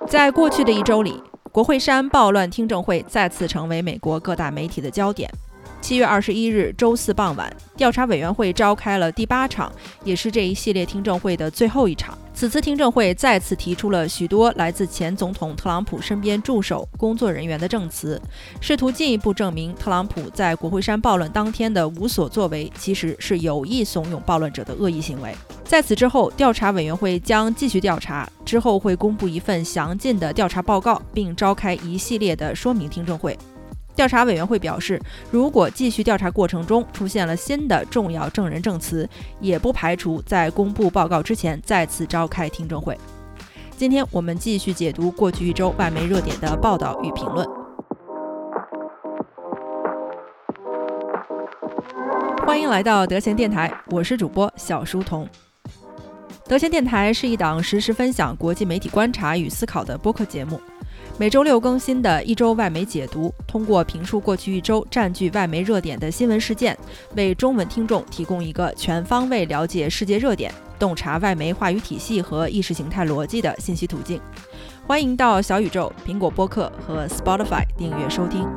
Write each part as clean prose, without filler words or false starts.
在过去的一周里，国会山暴乱听证会再次成为美国各大媒体的焦点。7月21日周四傍晚，调查委员会召开了第8场，也是这一系列听证会的最后一场。此次听证会再次提出了许多来自前总统特朗普身边助手、工作人员的证词，试图进一步证明特朗普在国会山暴乱当天的无所作为其实是有意怂恿暴乱者的恶意行为。在此之后，调查委员会将继续调查，之后会公布一份详尽的调查报告，并召开一系列的说明听证会。调查委员会表示，如果继续调查过程中出现了新的重要证人证词，也不排除在公布报告之前再次召开听证会。今天我们继续解读过去一周外媒热点的报道与评论。欢迎来到德贤电台，我是主播小书童。德贤电台是一档实时分享国际媒体观察与思考的播客节目，每周6更新的一周外媒解读，通过评述过去一周占据外媒热点的新闻事件，为中文听众提供一个全方位了解世界热点、洞察外媒话语体系和意识形态逻辑的信息途径。欢迎到小宇宙、苹果播客和 Spotify 订阅收听。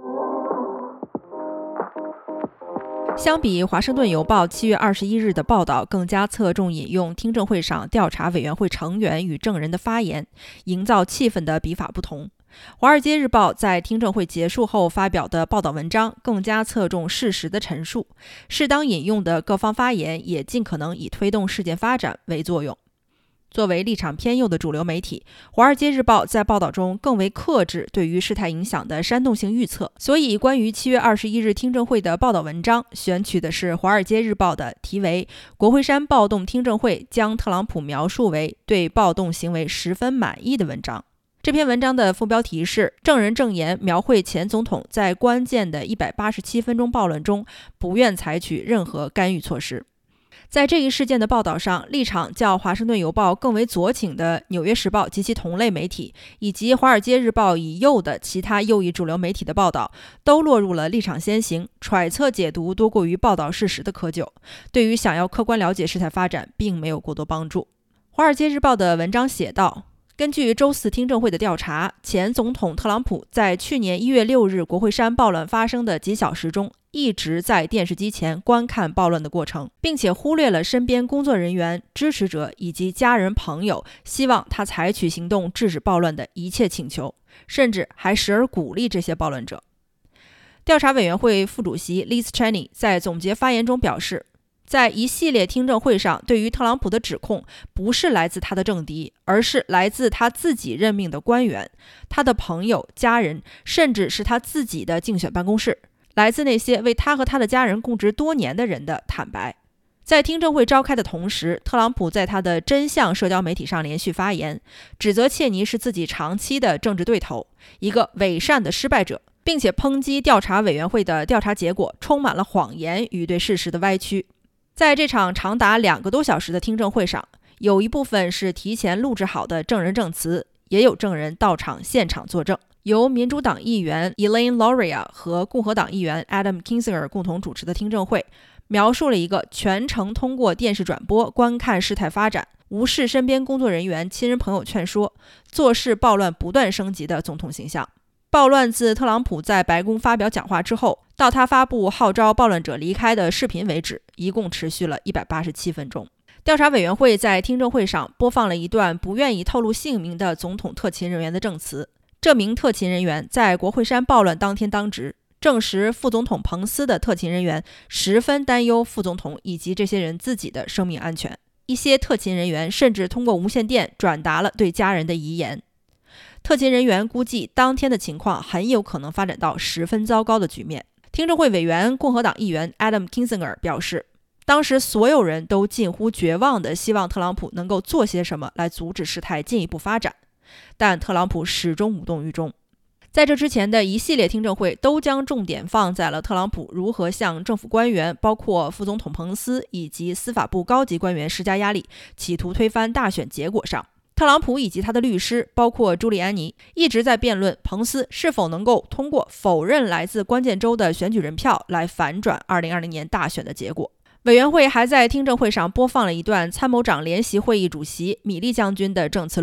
相比华盛顿邮报7月21日的报道更加侧重引用听证会上调查委员会成员与证人的发言，营造气氛的笔法不同。华尔街日报在听证会结束后发表的报道文章更加侧重事实的陈述，适当引用的各方发言也尽可能以推动事件发展为作用。作为立场偏右的主流媒体，华尔街日报在报道中更为克制对于事态影响的煽动性预测，所以关于7月21日听证会的报道文章选取的是华尔街日报的题为《国会山暴动听证会将特朗普描述为对暴动行为十分满意》的文章。这篇文章的副标题是证人证言描绘前总统在关键的187分钟暴乱中不愿采取任何干预措施。在这一事件的报道上，立场较华盛顿邮报更为左倾的纽约时报及其同类媒体，以及华尔街日报以右的其他右翼主流媒体的报道，都落入了立场先行、揣测解读多过于报道事实的窠臼，对于想要客观了解事态发展并没有过多帮助。华尔街日报的文章写道，根据周四听证会的调查，前总统特朗普在去年1月6日国会山暴乱发生的几小时中，一直在电视机前观看暴乱的过程，并且忽略了身边工作人员、支持者以及家人朋友希望他采取行动制止暴乱的一切请求，甚至还时而鼓励这些暴乱者。调查委员会副主席 Liz Cheney 在总结发言中表示，在一系列听证会上，对于特朗普的指控不是来自他的政敌，而是来自他自己任命的官员、他的朋友、家人，甚至是他自己的竞选办公室，来自那些为他和他的家人供职多年的人的坦白。在听证会召开的同时，特朗普在他的真相社交媒体上连续发言，指责切尼是自己长期的政治对头，一个伪善的失败者，并且抨击调查委员会的调查结果充满了谎言与对事实的歪曲。在这场长达2个多小时的听证会上，有一部分是提前录制好的证人证词，也有证人到场现场作证。由民主党议员 Elaine Luria 和共和党议员 Adam Kinzinger 共同主持的听证会，描述了一个全程通过电视转播观看事态发展，无视身边工作人员、亲人朋友劝说，做事暴乱不断升级的总统形象。暴乱自特朗普在白宫发表讲话之后，到他发布号召暴乱者离开的视频为止，一共持续了187分钟。调查委员会在听证会上播放了一段不愿意透露姓名的总统特勤人员的证词。这名特勤人员在国会山暴乱当天当值，证实副总统彭斯的特勤人员十分担忧副总统以及这些人自己的生命安全。一些特勤人员甚至通过无线电转达了对家人的遗言。特勤人员估计当天的情况很有可能发展到十分糟糕的局面。听证会委员共和党议员 Adam Kinzinger 表示，当时所有人都近乎绝望地希望特朗普能够做些什么来阻止事态进一步发展，但特朗普始终无动于衷。在这之前的一系列听证会都将重点放在了特朗普如何向政府官员，包括副总统彭斯以及司法部高级官员施加压力，企图推翻大选结果上。特朗普以及他的律师，包括朱利安尼，一直在辩论彭斯是否能够通过否认来自关键州的选举人票来反转2020年大选的结果。委员会还在听证会上播放了一段参谋长联席会议主席米利将军的证词录音，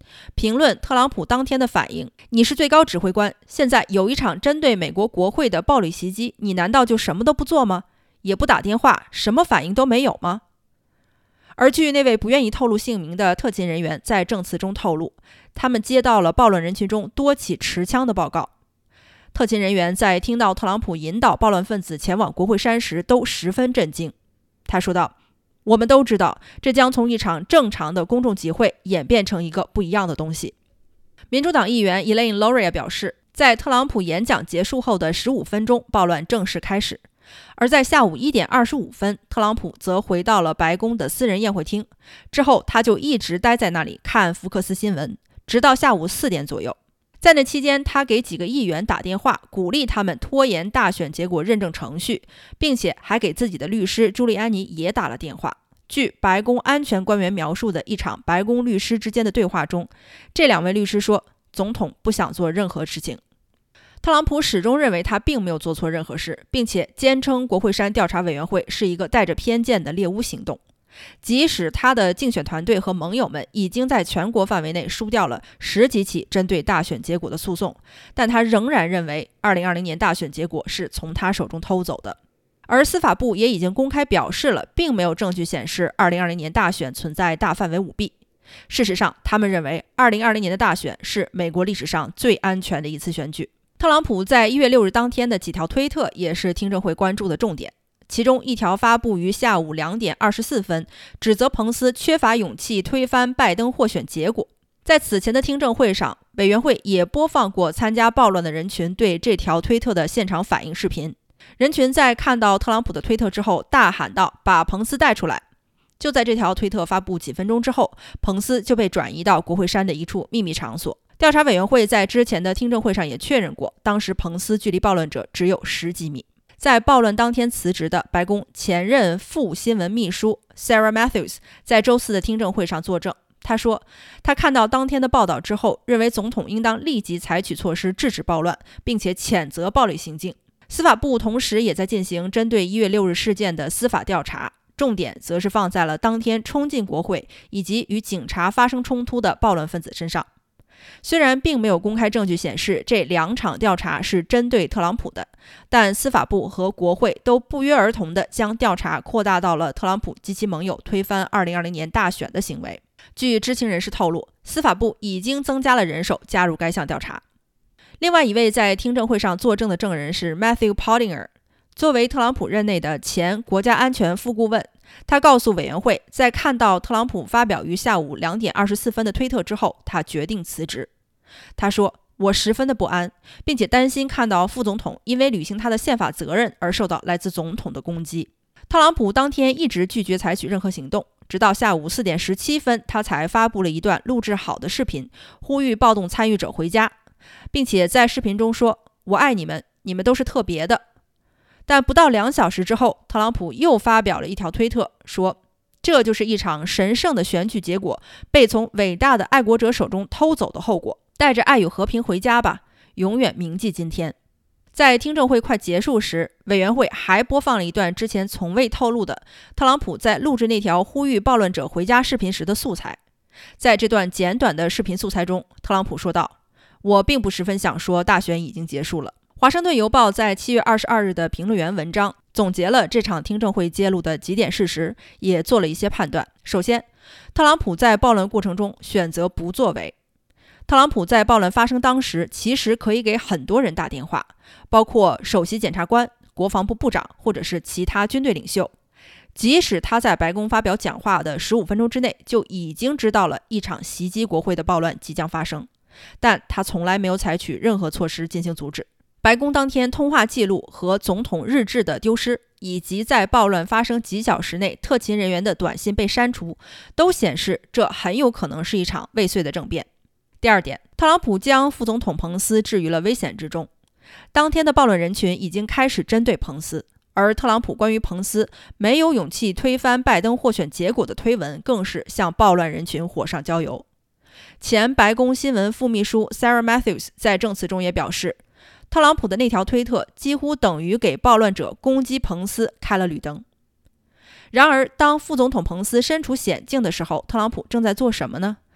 评论特朗普当天的反应：你是最高指挥官，现在有一场针对美国国会的暴力袭击，你难道就什么都不做吗？也不打电话，什么反应都没有吗？而据那位不愿意透露姓名的特勤人员在证词中透露，他们接到了暴乱人群中多起持枪的报告。特勤人员在听到特朗普引导暴乱分子前往国会山时都十分震惊。他说道：我们都知道，这将从一场正常的公众集会演变成一个不一样的东西。民主党议员 Elaine Luria 表示，在特朗普演讲结束后的15分钟，暴乱正式开始。而在下午1点25分，特朗普则回到了白宫的私人宴会厅，之后他就一直待在那里看福克斯新闻，直到下午4点左右。在那期间，他给几个议员打电话，鼓励他们拖延大选结果认证程序，并且还给自己的律师朱利安尼也打了电话。据白宫安全官员描述的一场白宫律师之间的对话中，这2位律师说，总统不想做任何事情。特朗普始终认为他并没有做错任何事，并且坚称国会山调查委员会是一个带着偏见的猎巫行动。即使他的竞选团队和盟友们已经在全国范围内输掉了10几起针对大选结果的诉讼，但他仍然认为2020年大选结果是从他手中偷走的。而司法部也已经公开表示了，并没有证据显示2020年大选存在大范围舞弊。事实上，他们认为2020年的大选是美国历史上最安全的一次选举。特朗普在1月6日当天的几条推特也是听证会关注的重点，其中一条发布于下午2点24分，指责彭斯缺乏勇气推翻拜登获选结果。在此前的听证会上，委员会也播放过参加暴乱的人群对这条推特的现场反应视频。人群在看到特朗普的推特之后大喊道：把彭斯带出来！就在这条推特发布几分钟之后，彭斯就被转移到国会山的一处秘密场所。调查委员会在之前的听证会上也确认过，当时彭斯距离暴乱者只有10几米。在暴乱当天辞职的白宫前任副新闻秘书 Sarah Matthews 在周4的听证会上作证。他说，他看到当天的报道之后，认为总统应当立即采取措施制止暴乱，并且谴责暴力行径。司法部同时也在进行针对1月6日事件的司法调查，重点则是放在了当天冲进国会以及与警察发生冲突的暴乱分子身上。虽然并没有公开证据显示这2场调查是针对特朗普的，但司法部和国会都不约而同地将调查扩大到了特朗普及其盟友推翻2020年大选的行为。据知情人士透露，司法部已经增加了人手加入该项调查。另外一位在听证会上作证的证人是 Matthew Pottinger， 作为特朗普任内的前国家安全副顾问，他告诉委员会，在看到特朗普发表于下午2点24分的推特之后，他决定辞职。他说，我十分的不安，并且担心看到副总统因为履行他的宪法责任而受到来自总统的攻击。特朗普当天一直拒绝采取任何行动，直到下午4点17分，他才发布了一段录制好的视频，呼吁暴动参与者回家，并且在视频中说，我爱你们，你们都是特别的。但不到2小时之后，特朗普又发表了一条推特，说这就是一场神圣的选举结果被从伟大的爱国者手中偷走的后果，带着爱与和平回家吧，永远铭记今天。在听证会快结束时，委员会还播放了一段之前从未透露的特朗普在录制那条呼吁暴乱者回家视频时的素材。在这段简短的视频素材中，特朗普说道，我并不十分想说大选已经结束了。华盛顿邮报在7月22日的评论员文章总结了这场听证会揭露的几点事实，也做了一些判断。首先，特朗普在暴乱过程中选择不作为。特朗普在暴乱发生当时其实可以给很多人打电话，包括首席检察官、国防部部长或者是其他军队领袖。即使他在白宫发表讲话的15分钟之内就已经知道了一场袭击国会的暴乱即将发生，但他从来没有采取任何措施进行阻止。白宫当天通话记录和总统日志的丢失，以及在暴乱发生几小时内特勤人员的短信被删除，都显示这很有可能是一场未遂的政变。第二点，特朗普将副总统彭斯置于了危险之中。当天的暴乱人群已经开始针对彭斯，而特朗普关于彭斯没有勇气推翻拜登获选结果的推文更是向暴乱人群火上浇油。前白宫新闻副秘书 Sarah Matthews 在证词中也表示，特朗普的那条推特几乎等于给暴乱者攻击彭斯开了绿灯。然而，当副总统彭斯身处险境的时候，特朗普正在做什么呢？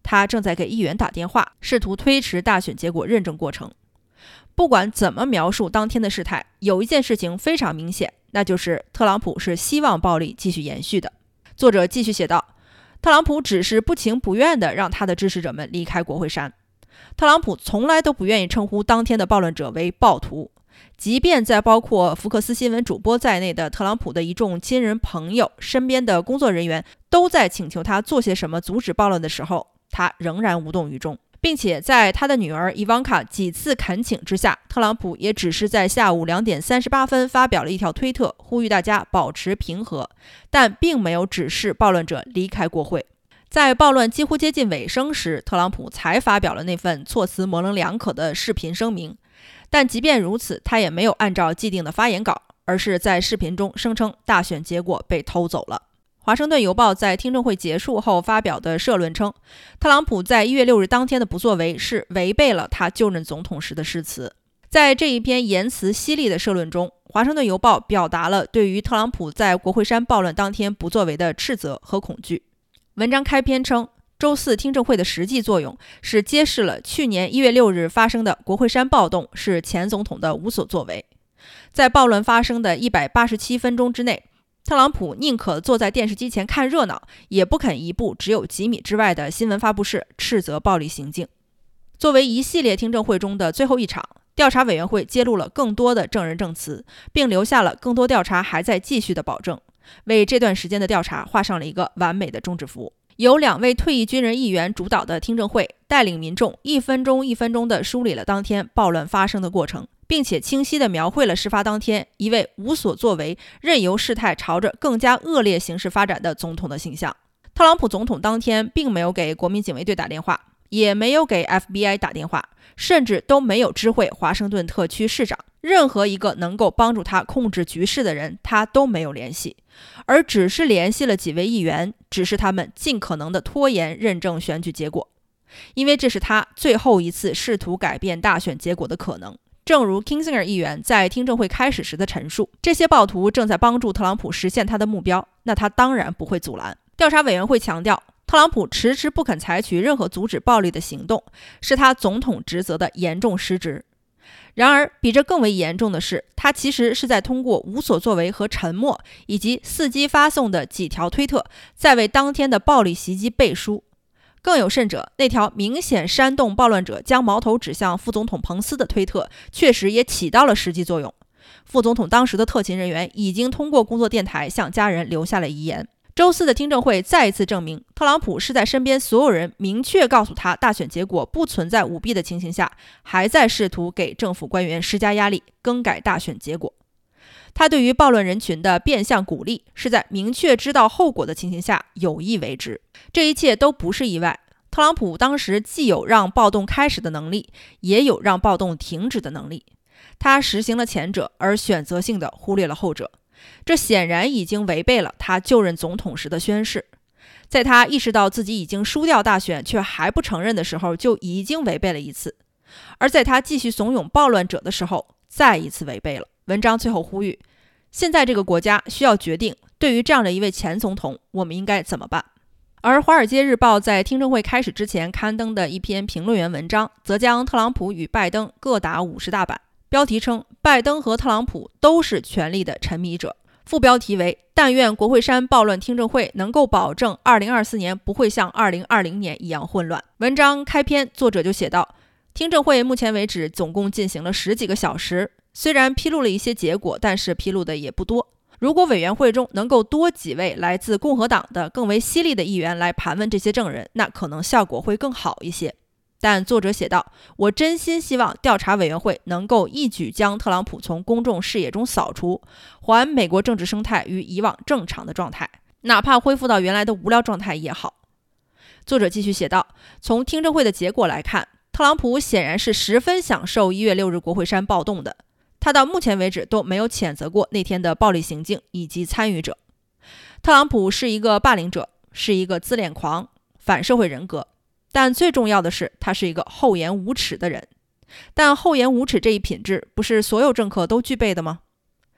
他正在给议员打电话，试图推迟大选结果认证过程。不管怎么描述当天的事态，有一件事情非常明显，那就是特朗普是希望暴力继续延续的。作者继续写道，特朗普只是不情不愿地让他的支持者们离开国会山。特朗普从来都不愿意称呼当天的暴乱者为暴徒，即便在包括福克斯新闻主播在内的特朗普的一众亲人朋友、身边的工作人员都在请求他做些什么阻止暴乱的时候，他仍然无动于衷，并且在他的女儿伊旺卡几次恳请之下，特朗普也只是在下午2点38分发表了一条推特，呼吁大家保持平和，但并没有指示暴乱者离开国会。在暴乱几乎接近尾声时，特朗普才发表了那份措辞模棱两可的视频声明，但即便如此，他也没有按照既定的发言稿，而是在视频中声称大选结果被偷走了。华盛顿邮报在听证会结束后发表的社论称，特朗普在1月6日当天的不作为是违背了他就任总统时的誓词。在这一篇言辞犀利的社论中，华盛顿邮报表达了对于特朗普在国会山暴乱当天不作为的斥责和恐惧。文章开篇称，周四听证会的实际作用是揭示了去年1月6日发生的国会山暴动是前总统的无所作为。在暴乱发生的187分钟之内，特朗普宁可坐在电视机前看热闹，也不肯移步只有几米之外的新闻发布室斥责暴力行径。作为一系列听证会中的最后一场，调查委员会揭露了更多的证人证词，并留下了更多调查还在继续的保证，为这段时间的调查画上了一个完美的终止符。由2位退役军人议员主导的听证会带领民众1分钟1分钟地梳理了当天暴乱发生的过程，并且清晰地描绘了事发当天一位无所作为、任由事态朝着更加恶劣形势发展的总统的形象。特朗普总统当天并没有给国民警卫队打电话，也没有给 FBI 打电话，甚至都没有知会华盛顿特区市长，任何一个能够帮助他控制局势的人他都没有联系，而只是联系了几位议员，指示他们尽可能的拖延认证选举结果，因为这是他最后一次试图改变大选结果的可能。正如 Kinzinger 议员在听证会开始时的陈述，这些暴徒正在帮助特朗普实现他的目标，那他当然不会阻拦。调查委员会强调，特朗普迟迟不肯采取任何阻止暴力的行动，是他总统职责的严重失职。然而，比这更为严重的是，他其实是在通过无所作为和沉默，以及伺机发送的几条推特，在为当天的暴力袭击背书。更有甚者，那条明显煽动暴乱者将矛头指向副总统彭斯的推特，确实也起到了实际作用。副总统当时的特勤人员已经通过工作电台向家人留下了遗言。周四的听证会再一次证明，特朗普是在身边所有人明确告诉他大选结果不存在舞弊的情形下，还在试图给政府官员施加压力，更改大选结果。他对于暴乱人群的变相鼓励，是在明确知道后果的情形下有意为之。这一切都不是意外。特朗普当时既有让暴动开始的能力，也有让暴动停止的能力。他实行了前者，而选择性的忽略了后者。这显然已经违背了他就任总统时的宣誓。在他意识到自己已经输掉大选却还不承认的时候，就已经违背了一次。而在他继续怂恿暴乱者的时候，再一次违背了。文章最后呼吁，现在这个国家需要决定，对于这样的一位前总统，我们应该怎么办？而《华尔街日报》在听证会开始之前刊登的一篇评论员文章，则将特朗普与拜登各打50大板，标题称拜登和特朗普都是权力的沉迷者，副标题为但愿国会山暴乱听证会能够保证2024年不会像2020年一样混乱。文章开篇作者就写道，听证会目前为止总共进行了10几个小时，虽然披露了一些结果，但是披露的也不多。如果委员会中能够多几位来自共和党的更为犀利的议员来盘问这些证人，那可能效果会更好一些。但作者写道，我真心希望调查委员会能够一举将特朗普从公众视野中扫除，还美国政治生态于以往正常的状态，哪怕恢复到原来的无聊状态也好。作者继续写道，从听证会的结果来看，特朗普显然是十分享受1月6日国会山暴动的，他到目前为止都没有谴责过那天的暴力行径以及参与者。特朗普是一个霸凌者，是一个自恋狂，反社会人格，但最重要的是他是一个厚颜无耻的人。但厚颜无耻这一品质不是所有政客都具备的吗？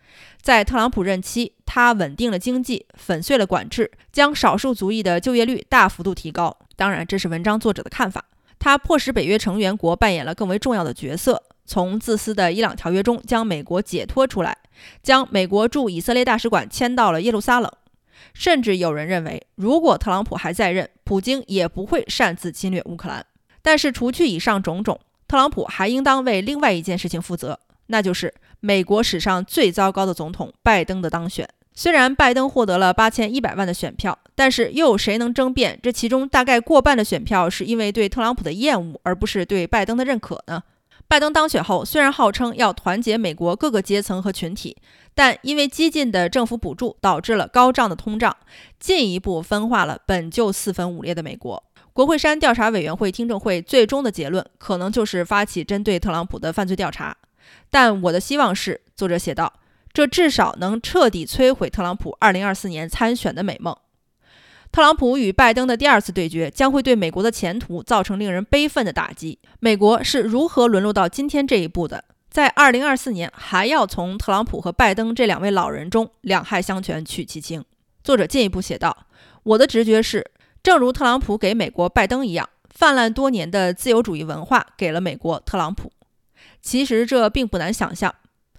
在特朗普任期，他稳定了经济，粉碎了管制，将少数族裔的就业率大幅度提高。当然，这是文章作者的看法。他迫使北约成员国扮演了更为重要的角色，从自私的伊朗条约中将美国解脱出来，将美国驻以色列大使馆迁到了耶路撒冷。甚至有人认为，如果特朗普还在任，普京也不会擅自侵略乌克兰。但是除去以上种种，特朗普还应当为另外一件事情负责，那就是美国史上最糟糕的总统拜登的当选。虽然拜登获得了8100万的选票，但是又有谁能争辩这其中大概过半的选票是因为对特朗普的厌恶，而不是对拜登的认可呢？拜登当选后，虽然号称要团结美国各个阶层和群体，但因为激进的政府补助导致了高涨的通胀，进一步分化了本就四分五裂的美国。国会山调查委员会听证会最终的结论可能就是发起针对特朗普的犯罪调查，但我的希望是，作者写道，这至少能彻底摧毁特朗普2024年参选的美梦。特朗普与拜登的第二次对决将会对美国的前途造成令人悲愤的打击。美国是如何沦落到今天这一步的？在2024年还要从特朗普和拜登这两位老人中两害相权取其轻。作者进一步写道，我的直觉是，正如特朗普给美国拜登一样，泛滥多年的自由主义文化给了美国特朗普。其实这并不难想象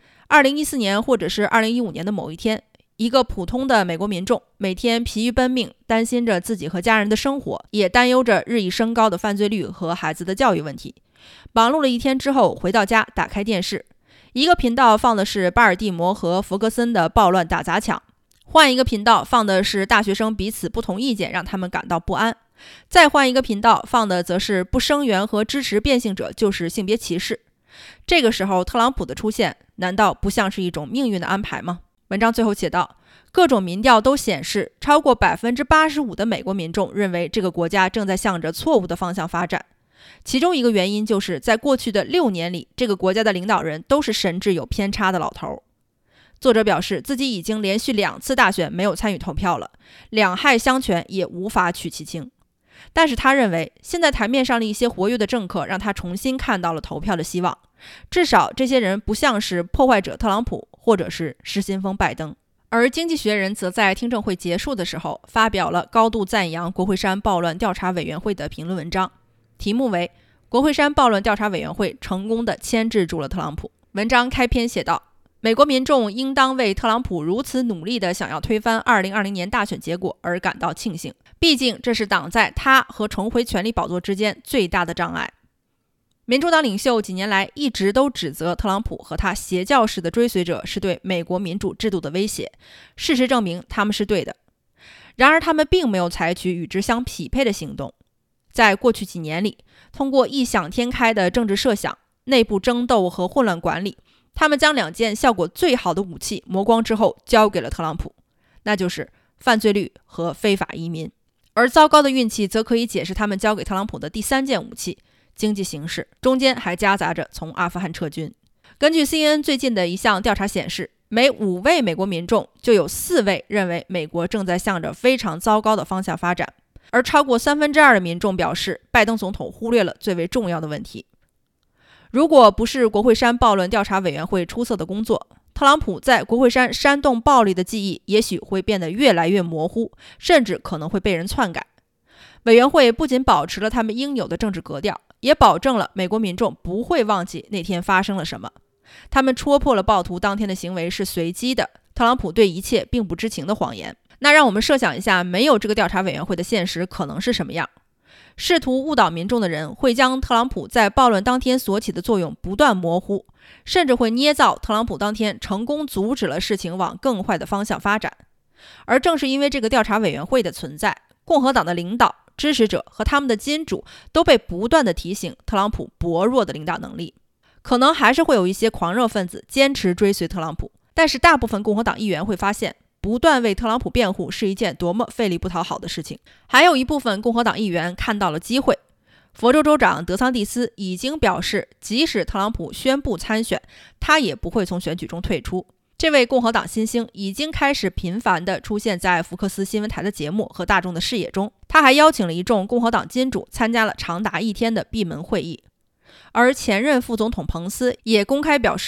，2014年或者是2015年的某一天，一个普通的美国民众每天疲于奔命，担心着自己和家人的生活，也担忧着日益升高的犯罪率和孩子的教育问题。忙碌了一天之后，回到家打开电视，一个频道放的是巴尔的摩和弗格森的暴乱大砸抢，换一个频道放的是大学生彼此不同意见让他们感到不安，再换一个频道放的则是不声援和支持变性者就是性别歧视。这个时候特朗普的出现难道不像是一种命运的安排吗？文章最后写道，各种民调都显示，超过85%的美国民众认为这个国家正在向着错误的方向发展。其中一个原因就是在过去的6年里，这个国家的领导人都是神智有偏差的老头。作者表示，自己已经连续2次大选没有参与投票了，两害相权也无法取其轻。但是他认为，现在台面上的一些活跃的政客让他重新看到了投票的希望，至少这些人不像是破坏者特朗普或者是失心疯拜登。而经济学人则在听证会结束的时候发表了高度赞扬国会山暴乱调查委员会的评论文章，题目为国会山暴乱调查委员会成功地牵制住了特朗普。文章开篇写道，美国民众应当为特朗普如此努力地想要推翻2020年大选结果而感到庆幸，毕竟这是挡在他和重回权力宝座之间最大的障碍。民主党领袖几年来一直都指责特朗普和他邪教式的追随者是对美国民主制度的威胁，事实证明他们是对的。然而他们并没有采取与之相匹配的行动。在过去几年里，通过异想天开的政治设想、内部争斗和混乱管理，他们将2件效果最好的武器磨光之后交给了特朗普，那就是犯罪率和非法移民。而糟糕的运气则可以解释他们交给特朗普的第3件武器，经济形势，中间还夹杂着从阿富汗撤军。根据 CNN 最近的一项调查显示，每5位美国民众就有4位认为美国正在向着非常糟糕的方向发展，而超过2/3的民众表示拜登总统忽略了最为重要的问题。如果不是国会山暴乱调查委员会出色的工作，特朗普在国会山煽动暴力的记忆也许会变得越来越模糊，甚至可能会被人篡改。委员会不仅保持了他们应有的政治格调，也保证了美国民众不会忘记那天发生了什么。他们戳破了暴徒当天的行为是随机的，特朗普对一切并不知情的谎言。那让我们设想一下，没有这个调查委员会的现实可能是什么样？试图误导民众的人会将特朗普在暴乱当天所起的作用不断模糊，甚至会捏造特朗普当天成功阻止了事情往更坏的方向发展。而正是因为这个调查委员会的存在，共和党的领导、支持者和他们的金主都被不断地提醒特朗普薄弱的领导能力。可能还是会有一些狂热分子坚持追随特朗普，但是大部分共和党议员会发现，不断为特朗普辩护是一件多么费力不讨好的事情。还有一部分共和党议员看到了机会。佛州州长德桑蒂斯已经表示，即使特朗普宣布参选，他也不会从选举中退出。这位共和党新星已经开始频繁地出现在福克斯新闻台的节目和大众的视野中。他还邀请了一众共和党金主参加了长达1天的闭门会议。而前任副总统彭斯也公开表示，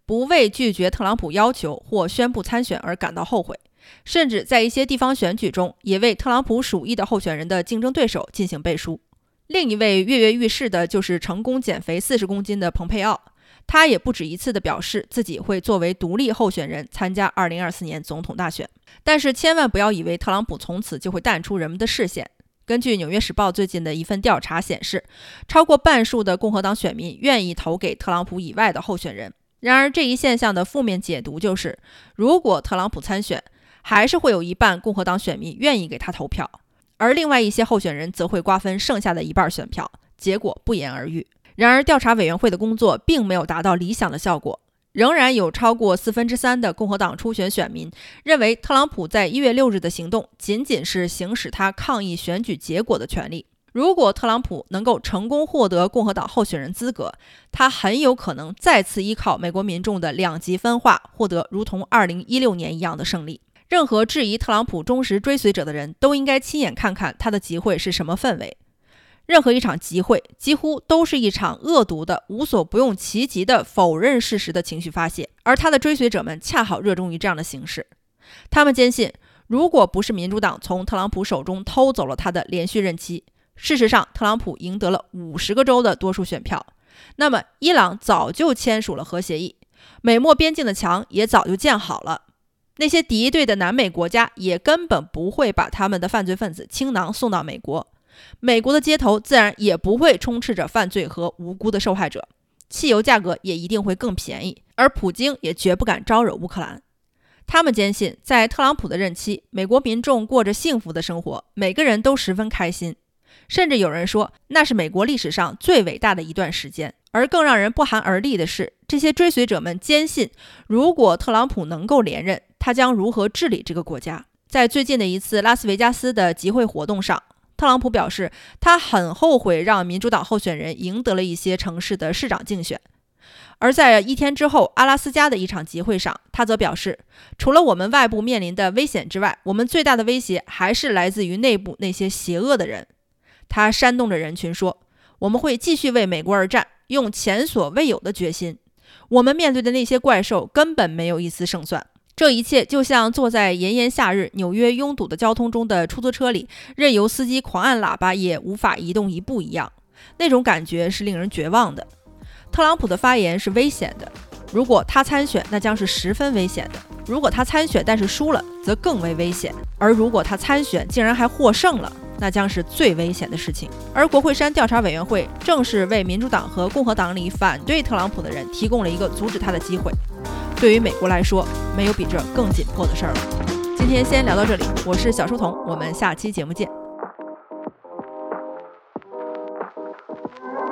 不为拒绝特朗普要求或宣布参选而感到后悔，甚至在一些地方选举中也为特朗普属意的候选人的竞争对手进行背书。另一位跃跃欲试的就是成功减肥40公斤的蓬佩奥，他也不止一次地表示自己会作为独立候选人参加2024年总统大选。但是千万不要以为特朗普从此就会淡出人们的视线。根据《纽约时报》最近的一份调查显示，超过半数的共和党选民愿意投给特朗普以外的候选人。然而这一现象的负面解读就是，如果特朗普参选，还是会有一半共和党选民愿意给他投票，而另外一些候选人则会瓜分剩下的一半选票，结果不言而喻。然而调查委员会的工作并没有达到理想的效果，仍然有超过3/4的共和党初选选民认为特朗普在1月6日的行动仅仅是行使他抗议选举结果的权利。如果特朗普能够成功获得共和党候选人资格，他很有可能再次依靠美国民众的两极分化获得如同2016年一样的胜利。任何质疑特朗普忠实追随者的人都应该亲眼看看他的集会是什么氛围。任何一场集会几乎都是一场恶毒的、无所不用其极的否认事实的情绪发泄，而他的追随者们恰好热衷于这样的形式。他们坚信，如果不是民主党从特朗普手中偷走了他的连续任期，事实上特朗普赢得了50个州的多数选票，那么伊朗早就签署了核协议，美墨边境的墙也早就建好了，那些敌对的南美国家也根本不会把他们的犯罪分子倾囊送到美国，美国的街头自然也不会充斥着犯罪和无辜的受害者，汽油价格也一定会更便宜，而普京也绝不敢招惹乌克兰。他们坚信，在特朗普的任期，美国民众过着幸福的生活，每个人都十分开心，甚至有人说那是美国历史上最伟大的一段时间。而更让人不寒而栗的是，这些追随者们坚信，如果特朗普能够连任，他将如何治理这个国家。在最近的一次拉斯维加斯的集会活动上，特朗普表示他很后悔让民主党候选人赢得了一些城市的市长竞选。而在一天之后，阿拉斯加的一场集会上，他则表示，除了我们外部面临的危险之外，我们最大的威胁还是来自于内部那些邪恶的人。他煽动着人群说，我们会继续为美国而战，用前所未有的决心。我们面对的那些怪兽根本没有一丝胜算。这一切就像坐在炎炎夏日纽约拥堵的交通中的出租车里，任由司机狂按喇叭也无法移动一步一样，那种感觉是令人绝望的。特朗普的发言是危险的，如果他参选，那将是十分危险的；如果他参选但是输了，则更为危险；而如果他参选竟然还获胜了，那将是最危险的事情。而国会山调查委员会正是为民主党和共和党里反对特朗普的人提供了一个阻止他的机会。对于美国来说，没有比这更紧迫的事儿了。今天先聊到这里，我是小书童，我们下期节目见。